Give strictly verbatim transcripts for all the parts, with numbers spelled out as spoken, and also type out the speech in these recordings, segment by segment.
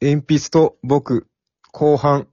鉛筆と僕、後半。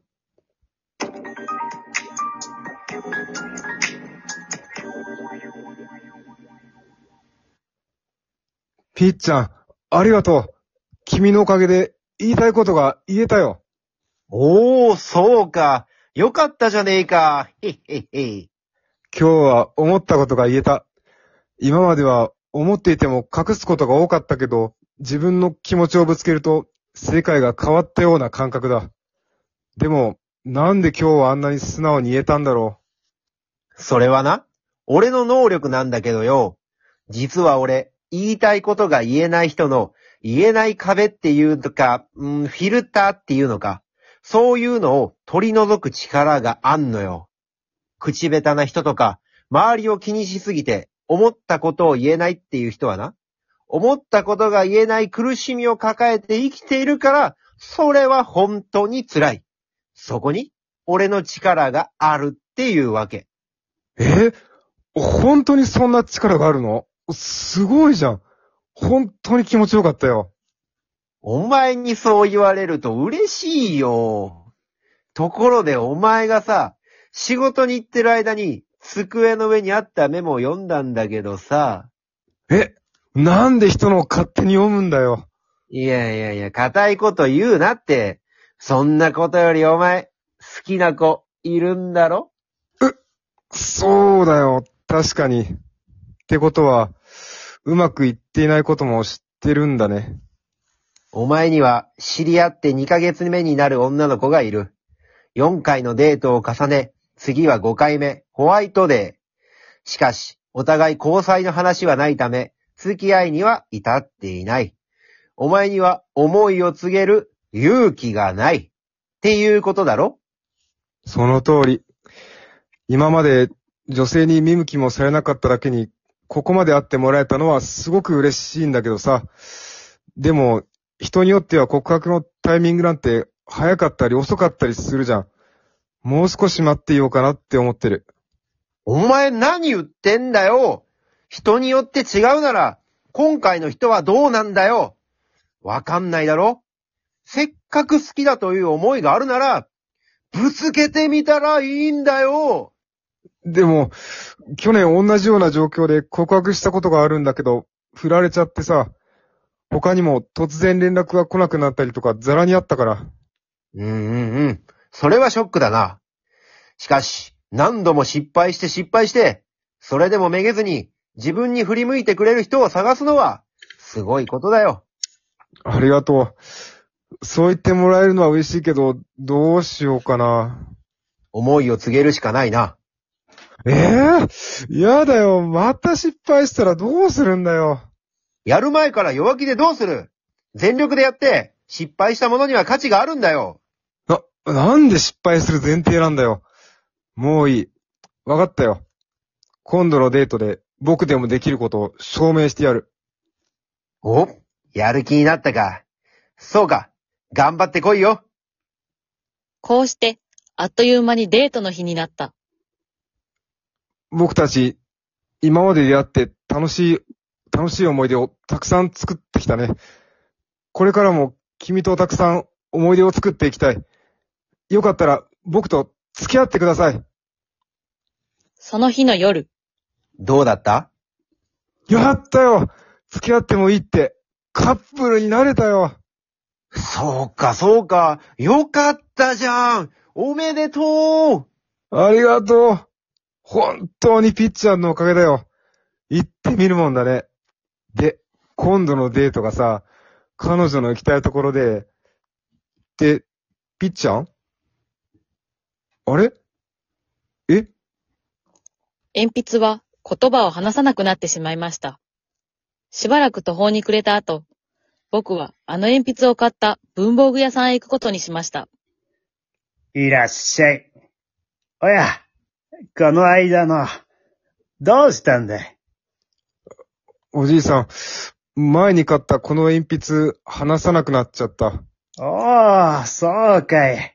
ピッちゃん、ありがとう。君のおかげで言いたいことが言えたよ。 おー、そうか。よかったじゃねえか。へっへっへ。 今日は思ったことが言えた。今までは思っていても隠すことが多かったけど、自分の気持ちをぶつけると世界が変わったような感覚だ。でも、なんで今日はあんなに素直に言えたんだろそれはな、俺の能力なんだけどよ。実は俺、言いたいことが言えない人の、言えない壁っていうのか、うん、フィルターっていうのか、そういうのを取り除く力があんのよ。口下手な人とか、周りを気にしすぎて、思ったことを言えないっていう人はな、思ったことが言えない苦しみを抱えて生きているから、それは本当に辛い。そこに、俺の力があるっていうわけ。 う。え本当にそんな力があるの？すごいじゃん。本当に気持ちよかったよ。 お前にそう言われると嬉しいよ。ところでお前がさ、仕事に行ってる間に机の上にあったメモを読んだんだけどさ。 え、なんで人のを勝手に読むんだよ。 いやいやいや、固いこと言うなって。そんなことよりお前、好きな子いるんだろ？ そうだよ、確かに。ってことは、うまくいっていないことも知ってるんだね。 お前には知り合ってにかげつめになる女の子がいる。よんかいのデートを重ね、次はごかいめ、ホワイトデー。しかし、お互い交際の話はないため、付き合いには至っていない。お前には思いを告げる勇気がない。っていうことだろ？ その通り。今まで女性に見向きもされなかっただけに、ここまで会ってもらえたのはすごく嬉しいんだけどさ。でも、人によっては告白のタイミングなんて早かったり遅かったりするじゃん。もう少し待っていようかなって思ってる。 お前何言ってんだよ。人によって違うなら、今回の人はどうなんだよ。わかんないだろ？せっかく好きだという思いがあるなら、ぶつけてみたらいいんだよ。 でも、去年同じような状況で告白したことがあるんだけど、振られちゃってさ、他にも突然連絡が来なくなったりとかザラにあったから。 うんうんうん。それはショックだな。しかし、何度も失敗して失敗して、それでもめげずに自分に振り向いてくれる人を探すのは、すごいことだよ。 ありがとう。そう言ってもらえるのは嬉しいけど、どうしようかな。 思いを告げるしかないな。 ええー、やだよ。また失敗したらどうするんだよ。 やる前から弱気でどうする？全力でやって、失敗したものには価値があるんだよ。 な、なんで失敗する前提なんだよ。もういい。わかったよ。今度のデートで僕でもできることを証明してやる。 お？やる気になったか。そうか。頑張ってこいよ。 こうして、あっという間にデートの日になった。 僕たち、今まで出会って楽しい、楽しい思い出をたくさん作ってきたね。これからも君とたくさん思い出を作っていきたい。よかったら僕と付き合ってください。 その日の夜。 どうだった？ やったよ！付き合ってもいいって、カップルになれたよ！ そうか、そうか。よかったじゃん。おめでとう。 ありがとう。本当にピッチャーのおかげだよ。行ってみるもんだね。で、今度のデートがさ、彼女の行きたいところで、で、ピッチャー？あれ？え？ 鉛筆は言葉を話さなくなってしまいました。しばらく途方に暮れた後、僕はあの鉛筆を買った文房具屋さんへ行くことにしました。 いらっしゃい。おや、この間の、どうしたんだい？ おじいさん、前に買ったこの鉛筆、離さなくなっちゃった。 おー、そうかい。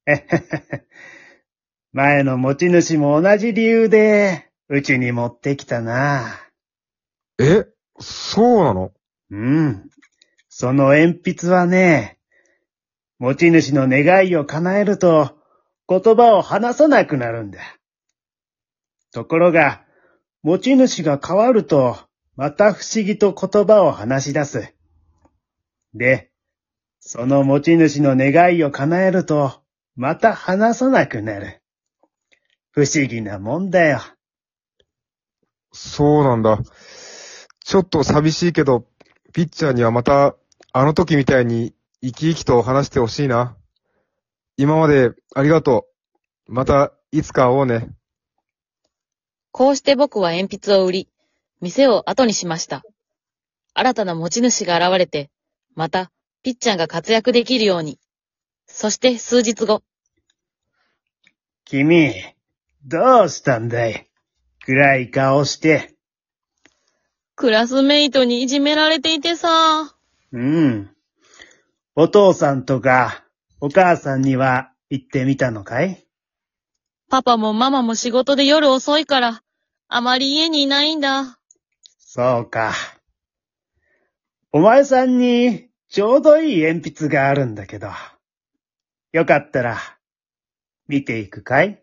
前の持ち主も同じ理由で、うちに持ってきたな。 え？そうなの？ うん。その鉛筆はね、 持ち主の願いを叶えると言葉を話さなくなるんだ。ところが、持ち主が変わるとまた不思議と言葉を話し出す。で、その持ち主の願いを叶えるとまた話さなくなる。不思議なもんだよ。 そうなんだ。ちょっと寂しいけど、ピッチャーにはまた、あの時みたいに生き生きと話してほしいな。今までありがとう。またいつか会おうね。 こうして僕は鉛筆を売り、店を後にしました。新たな持ち主が現れて、また、ピッチャーが活躍できるように。そして数日後。 君、どうしたんだい？暗い顔して。 クラスメイトにいじめられていてさ。 うん。お父さんとか、お母さんには言ってみたのかい？ パパもママも仕事で夜遅いから、あまり家にいないんだ。 そうか。お前さんにちょうどいい鉛筆があるんだけど。よかったら、見ていくかい？